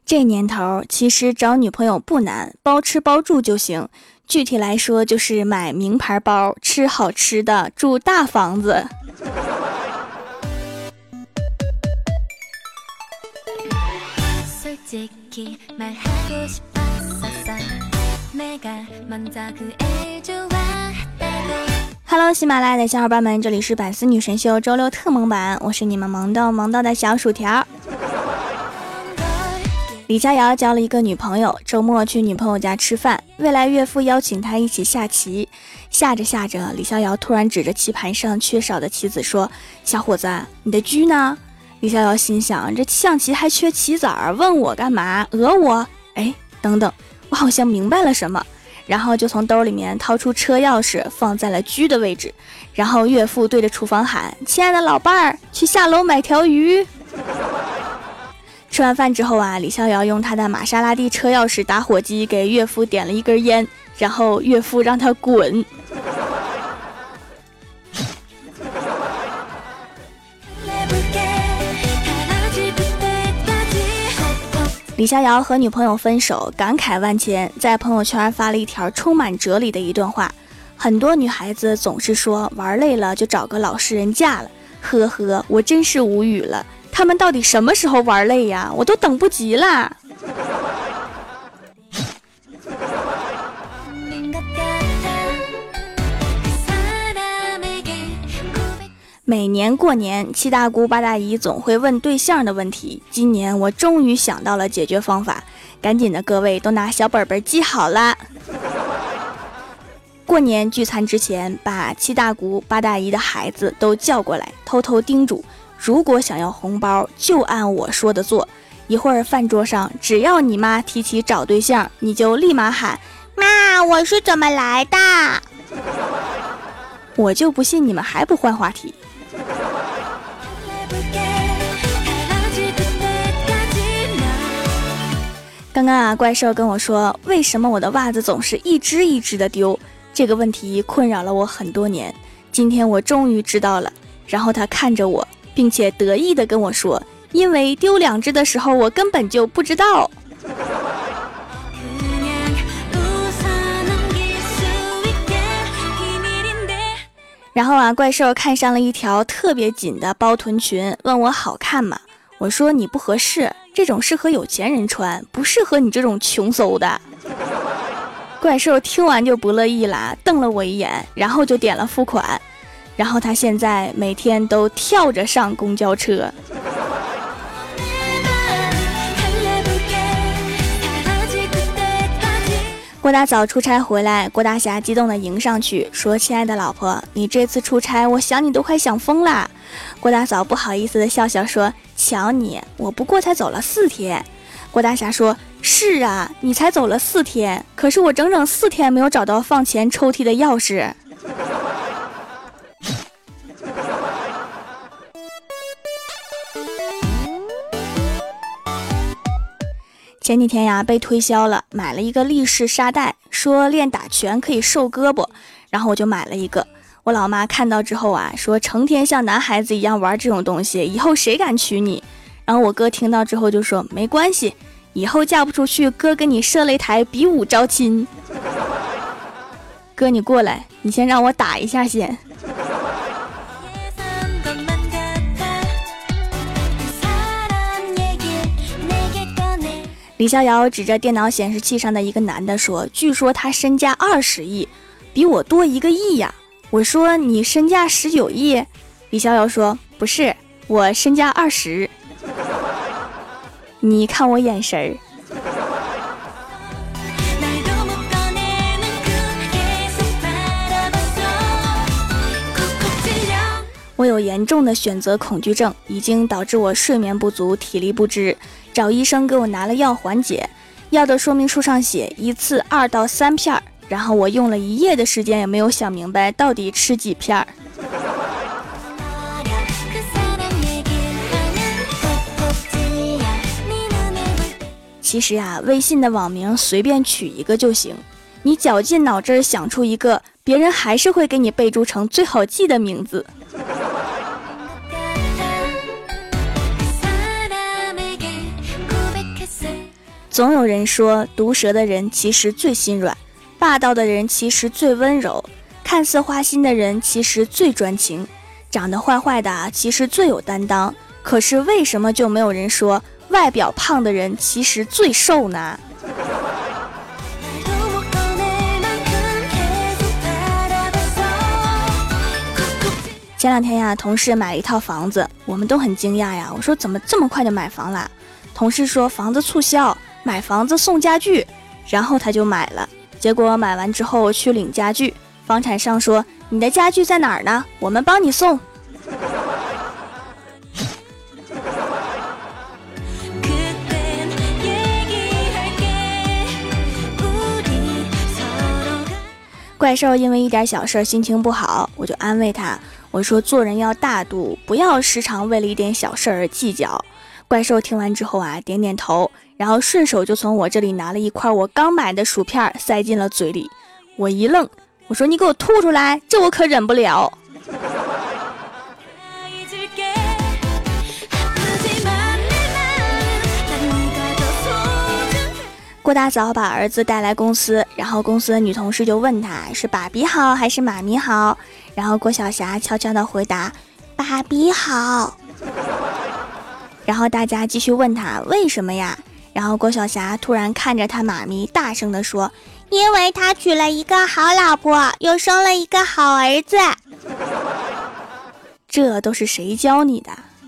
这年头其实找女朋友不难，包吃包住就行。具体来说就是买名牌包，吃好吃的，住大房子。Hello， 喜马拉雅的小伙伴们，这里是百思女神秀周六特萌版，我是你们萌到的小薯条。李逍遥交了一个女朋友，周末去女朋友家吃饭，未来岳父邀请他一起下棋。下着，李逍遥突然指着棋盘上缺少的棋子说：“小伙子，你的车呢？”李逍遥心想，这象棋还缺棋子儿，问我干嘛？讹我？哎，等等，我好像明白了什么。然后就从兜里面掏出车钥匙，放在了车的位置。然后岳父对着厨房喊：“亲爱的老伴儿，去下楼买条鱼。”吃完饭之后啊，李逍遥用他的玛莎拉蒂车钥匙打火机给岳父点了一根烟，然后岳父让他滚。李逍遥和女朋友分手，感慨万千，在朋友圈发了一条充满哲理的一段话：很多女孩子总是说玩累了就找个老实人嫁了，呵呵，我真是无语了。他们到底什么时候玩累呀？我都等不及啦！每年过年，七大姑八大姨总会问对象的问题。今年我终于想到了解决方法，赶紧的，各位都拿小本本记好了。过年聚餐之前，把七大姑八大姨的孩子都叫过来，偷偷叮嘱：如果想要红包，就按我说的做。一会儿饭桌上，只要你妈提起找对象，你就立马喊：妈，我是怎么来的？我就不信你们还不换话题。刚刚啊，怪兽跟我说，为什么我的袜子总是一只一只的丢？这个问题困扰了我很多年。今天我终于知道了。然后他看着我，并且得意地跟我说，因为丢2只的时候我根本就不知道。然后啊，怪兽看上了一条特别紧的包臀裙，问我好看吗？我说你不合适，这种适合有钱人穿，不适合你这种穷搜的。怪兽听完就不乐意啦，瞪了我一眼，然后就点了付款。然后他现在每天都跳着上公交车。郭大嫂出差回来，郭大侠激动地迎上去说：“亲爱的老婆，你这次出差，我想你都快想疯啦。”郭大嫂不好意思地笑笑说：“瞧你，我不过才走了4天。”郭大侠说：“是啊，你才走了4天，可是我整整4天没有找到放钱抽屉的钥匙。”前几天呀，被推销了，买了一个立式沙袋，说练打拳可以瘦胳膊，然后我就买了一个。我老妈看到之后啊，说成天像男孩子一样玩这种东西，以后谁敢娶你？然后我哥听到之后就说，没关系，以后嫁不出去，哥给你设擂台比武招亲。哥你过来，你先让我打一下先。李逍遥指着电脑显示器上的一个男的说，据说他身价20亿，比我多1个亿呀。我说你身价19亿。李逍遥说不是，我身价20。你看我眼神儿。我有严重的选择恐惧症，已经导致我睡眠不足，体力不支，找医生给我拿了药缓解。药的说明书上写一次2到3片，然后我用了1夜的时间也没有想明白到底吃几片。其实啊，微信的网名随便取一个就行，你绞尽脑汁想出一个，别人还是会给你备注成最好记的名字。 总有人说，毒舌的人其实最心软，霸道的人其实最温柔，看似花心的人其实最专情，长得坏坏的其实最有担当。可是为什么就没有人说，外表胖的人其实最瘦呢？前两天呀，同事买了一套房子，我们都很惊讶呀。我说怎么这么快就买房啦？同事说房子促销，买房子送家具，然后他就买了。结果买完之后去领家具，房产商说你的家具在哪儿呢？我们帮你送。怪兽因为一点小事心情不好，我就安慰他，我说做人要大度，不要时常为了一点小事而计较。怪兽听完之后啊，点点头，然后顺手就从我这里拿了一块我刚买的薯片塞进了嘴里。我一愣，我说你给我吐出来，这我可忍不了。郭大嫂把儿子带来公司，然后公司的女同事就问他是爸比好还是妈咪好，然后郭晓霞悄悄地回答爸比好。然后大家继续问他为什么呀，然后郭晓霞突然看着他妈咪大声地说，因为他娶了一个好老婆，又生了一个好儿子。这都是谁教你的？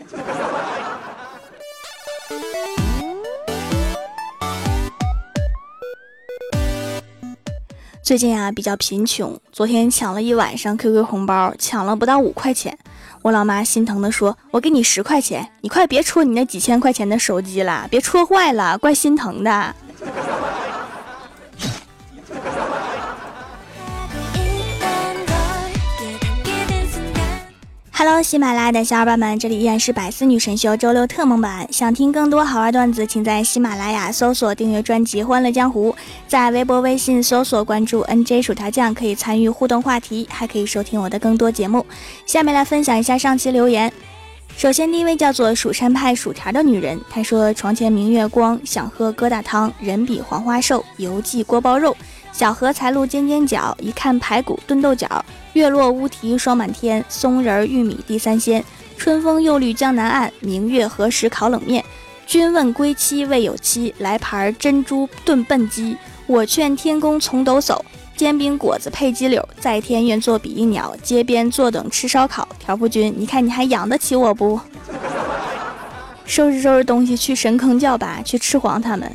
最近啊比较贫穷，昨天抢了一晚上 QQ 红包，抢了不到5块钱。我老妈心疼地说，我给你10块钱，你快别戳你那几千块钱的手机了，别戳坏了，怪心疼的。Hello， 喜马拉雅的小伙伴们，这里依然是百思女神秀周六特蒙版。想听更多好玩段子，请在喜马拉雅搜索订阅专辑《欢乐江湖》，在微博、微信搜索关注 NJ 薯条酱，可以参与互动话题，还可以收听我的更多节目。下面来分享一下上期留言。首先第一位叫做蜀山派薯条的女人，她说床前明月光，想喝疙瘩汤，人比黄花瘦，犹记锅包肉，小荷才露尖尖角，一看排骨炖豆角，月落乌啼霜满天，松仁玉米地三鲜，春风又绿江南岸，明月何时烤冷面，君问归期未有期，来盘珍珠炖笨鸡，我劝天公从斗叟，煎饼果子配鸡柳，在天愿做比翼鸟，街边坐等吃烧烤。条夫君，你看你还养得起我不？收拾收拾东西去神坑教吧，去吃黄他们。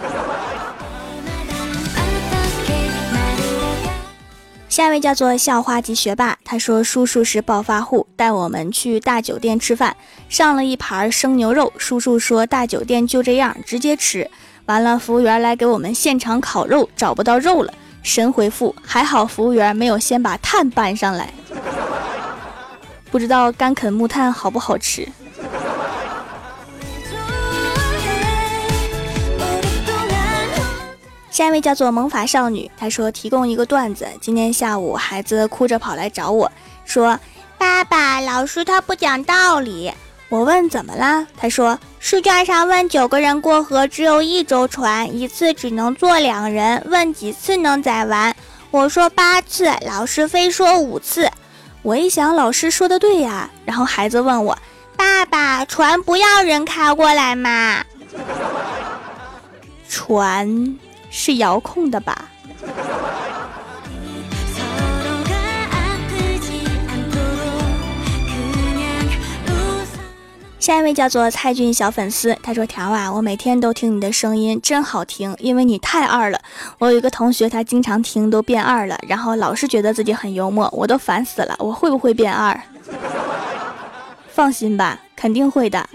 下一位叫做校花级学霸，他说叔叔是暴发户，带我们去大酒店吃饭，上了一盘生牛肉，叔叔说大酒店就这样直接吃，完了服务员来给我们现场烤肉，找不到肉了，神回复还好服务员没有先把炭搬上来。不知道干啃木炭好不好吃。下一位叫做萌法少女，她说提供一个段子，今天下午孩子哭着跑来找我说，爸爸，老师他不讲道理。我问怎么啦，他说试卷上问9个人过河只有1艘船，一次只能坐2人，问几次能载完？我说8次，老师非说5次。我一想老师说的对呀，然后孩子问我，爸爸，船不要人开过来吗？船是遥控的吧？下一位叫做蔡俊小粉丝，他说条啊，我每天都听你的声音真好听，因为你太二了。我有一个同学他经常听都变二了，然后老是觉得自己很幽默，我都烦死了，我会不会变二？放心吧，肯定会的。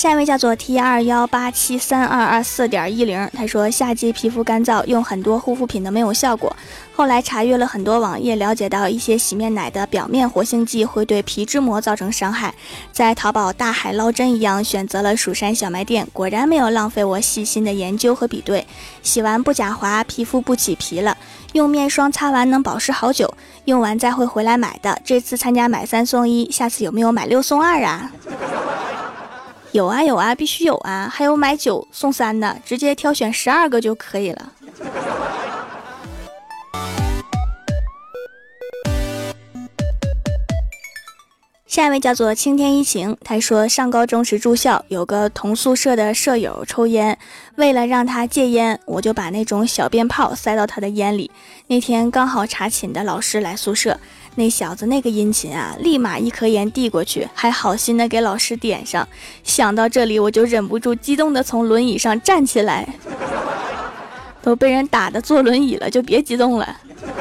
下一位叫做 T21873224.10，他说夏季皮肤干燥，用很多护肤品都没有效果。后来查阅了很多网页，了解到一些洗面奶的表面活性剂会对皮脂膜造成伤害。在淘宝大海捞针一样，选择了蜀山小卖店，果然没有浪费我细心的研究和比对。洗完不假滑，皮肤不起皮了。用面霜擦完能保湿好久，用完再会回来买的。这次参加买3送1，下次有没有买6送2啊？有啊有啊，必须有啊！还有买9送3的，直接挑选12个就可以了。下一位叫做青天一晴，他说上高中时住校，有个同宿舍的舍友抽烟，为了让他戒烟，我就把那种小鞭炮塞到他的烟里。那天刚好查寝的老师来宿舍，那小子那个殷勤啊，立马一颗烟递过去，还好心的给老师点上。想到这里，我就忍不住激动的从轮椅上站起来。都被人打的坐轮椅了，就别激动了。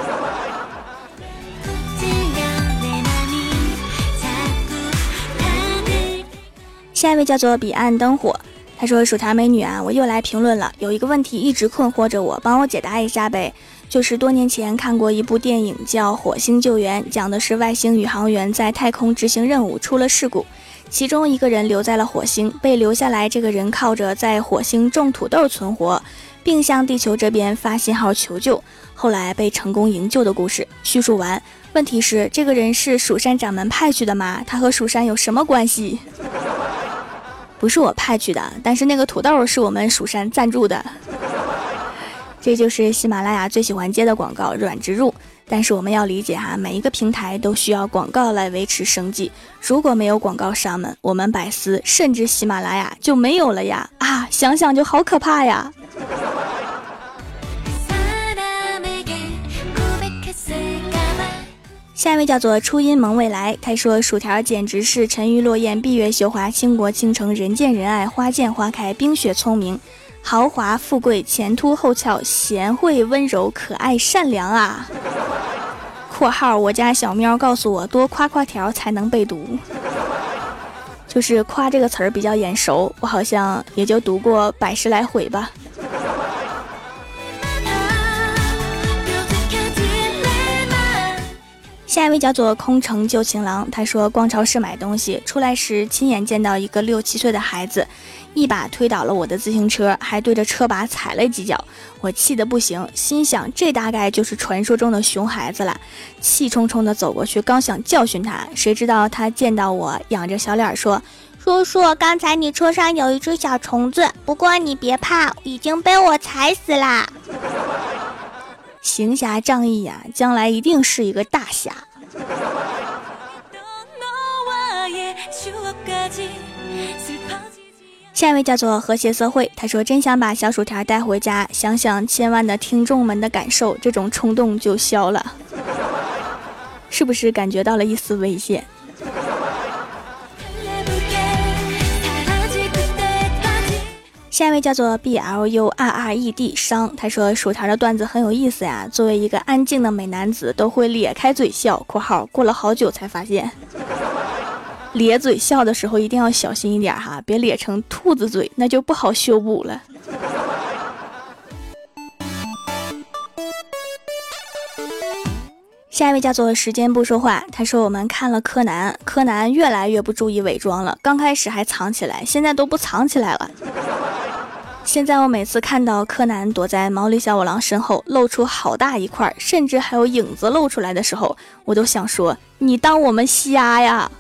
下一位叫做彼岸灯火，他说薯条美女啊，我又来评论了，有一个问题一直困惑着我，帮我解答一下呗。就是多年前看过一部电影叫《火星救援》，讲的是外星宇航员在太空执行任务出了事故，其中一个人留在了火星，被留下来这个人靠着在火星种土豆存活，并向地球这边发信号求救，后来被成功营救的故事。叙述完，问题是这个人是蜀山掌门派去的吗？他和蜀山有什么关系？不是我派去的，但是那个土豆是我们蜀山赞助的。这就是喜马拉雅最喜欢接的广告，软植入。但是我们要理解哈，每一个平台都需要广告来维持生计，如果没有广告商们，我们百思甚至喜马拉雅就没有了呀！啊，想想就好可怕呀！下一位叫做初音萌未来，他说薯条简直是沉鱼落雁、闭月羞花、倾国倾城、人见人爱、花见花开、冰雪聪明、豪华富贵、前凸后翘、贤惠温柔、可爱善良啊！括号我家小喵告诉我，多夸夸条才能被读。就是夸这个词儿比较眼熟，我好像也就读过110来回吧。下一位叫做空城旧情郎，他说逛超市买东西，出来时亲眼见到一个6、7岁的孩子一把推倒了我的自行车，还对着车把踩了几脚，我气得不行，心想这大概就是传说中的熊孩子了，气冲冲地走过去，刚想教训他，谁知道他见到我仰着小脸说，叔叔，刚才你车上有一只小虫子，不过你别怕，已经被我踩死啦。行侠仗义呀，将来一定是一个大侠。下一位叫做和谐社会，他说真想把小薯条带回家，想想千万的听众们的感受，这种冲动就消了。是不是感觉到了一丝危险？下一位叫做 BLURRED 商，他说薯条的段子很有意思呀，作为一个安静的美男子都会咧开嘴笑，括号过了好久才发现咧嘴笑的时候一定要小心一点哈，别咧成兔子嘴，那就不好修补了。下一位叫做时间不说话，他说我们看了柯南，柯南越来越不注意伪装了，刚开始还藏起来，现在都不藏起来了。现在我每次看到柯南躲在毛利小五郎身后露出好大一块，甚至还有影子露出来的时候，我都想说你当我们瞎呀。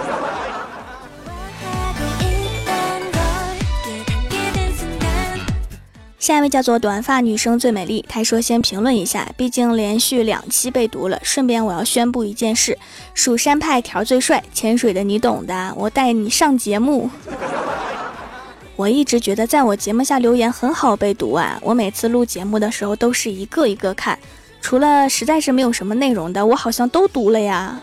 下一位叫做短发女生最美丽，她说先评论一下，毕竟连续2期被读了，顺便我要宣布一件事，蜀山派条最帅，潜水的你懂的，我带你上节目。我一直觉得在我节目下留言很好被读啊，我每次录节目的时候都是一个一个看，除了实在是没有什么内容的，我好像都读了呀。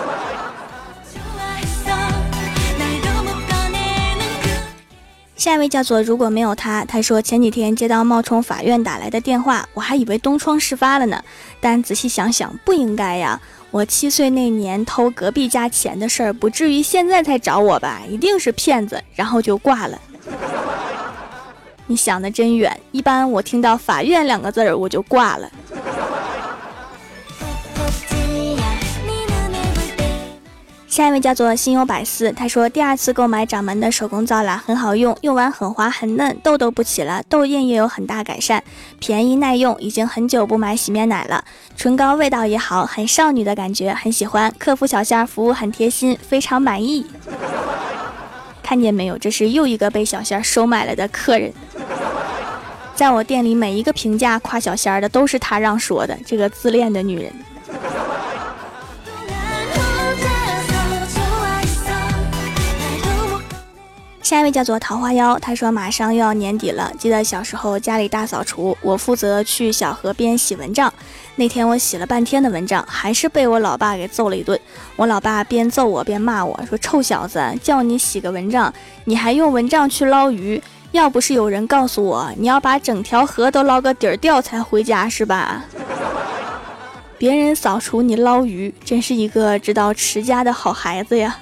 下一位叫做如果没有他，他说前几天接到冒充法院打来的电话，我还以为东窗事发了呢，但仔细想想不应该呀， 我7岁那年偷隔壁家钱的事儿，不至于现在才找我吧？一定是骗子，然后就挂了。你想得真远，一般我听到法院2个字儿我就挂了。下一位叫做心有百思，他说第2次购买掌门的手工皂啦，很好用，用完很滑很嫩，痘痘不起了，痘印也有很大改善，便宜耐用，已经很久不买洗面奶了，唇膏味道也好，很少女的感觉，很喜欢，客服小仙服务很贴心，非常满意。看见没有，这是又一个被小仙收买了的客人。在我店里每一个评价夸小仙的都是他让说的，这个自恋的女人。下一位叫做桃花妖，他说马上又要年底了，记得小时候家里大扫除，我负责去小河边洗蚊帐。那天我洗了半天的蚊帐，还是被我老爸给揍了一顿。我老爸边揍我边骂我说，臭小子，叫你洗个蚊帐，你还用蚊帐去捞鱼，要不是有人告诉我你要把整条河都捞个底儿掉才回家是吧？别人扫除你捞鱼，真是一个知道持家的好孩子呀。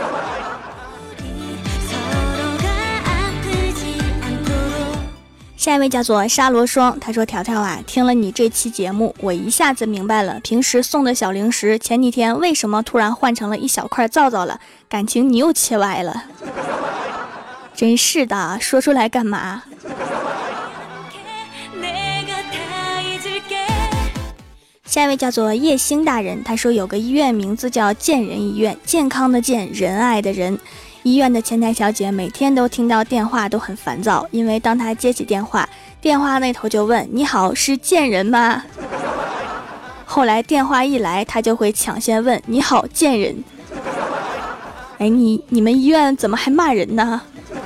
下一位叫做沙罗霜，他说条条啊，听了你这期节目，我一下子明白了，平时送的小零食前几天为什么突然换成了一小块皂皂了，感情你又切歪了。真是的，说出来干嘛？下一位叫做叶星大人，他说有个医院名字叫健人医院，健康的健，仁爱的仁。医院的前台小姐每天都听到电话都很烦躁，因为当她接起电话，电话那头就问，你好，是健人吗？后来电话一来，她就会抢先问，你好，健人。哎，你们医院怎么还骂人呢？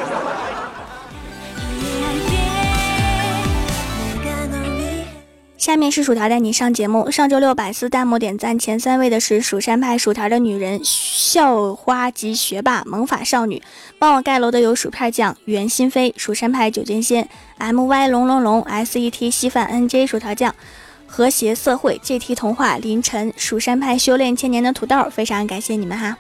下面是薯条带你上节目。上周6百思弹幕点赞前3位的是蜀山派薯条的女人、校花级学霸、萌法少女。帮我盖楼的有薯片酱、袁心飞、蜀山派九剑仙、MY 龙龙龙、SET 稀饭 NJ 薯条酱、和谐社会 GT 童话凌晨、蜀山派修炼千年的土豆，非常感谢你们哈，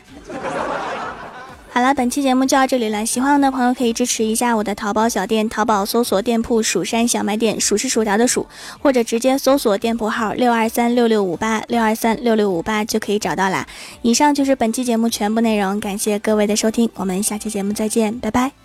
好了，本期节目就到这里了。喜欢我的朋友可以支持一下我的淘宝小店，淘宝搜索店铺蜀山小卖店，蜀是薯条的蜀，或者直接搜索店铺号6236658，6236658就可以找到啦。以上就是本期节目全部内容，感谢各位的收听，我们下期节目再见，拜拜。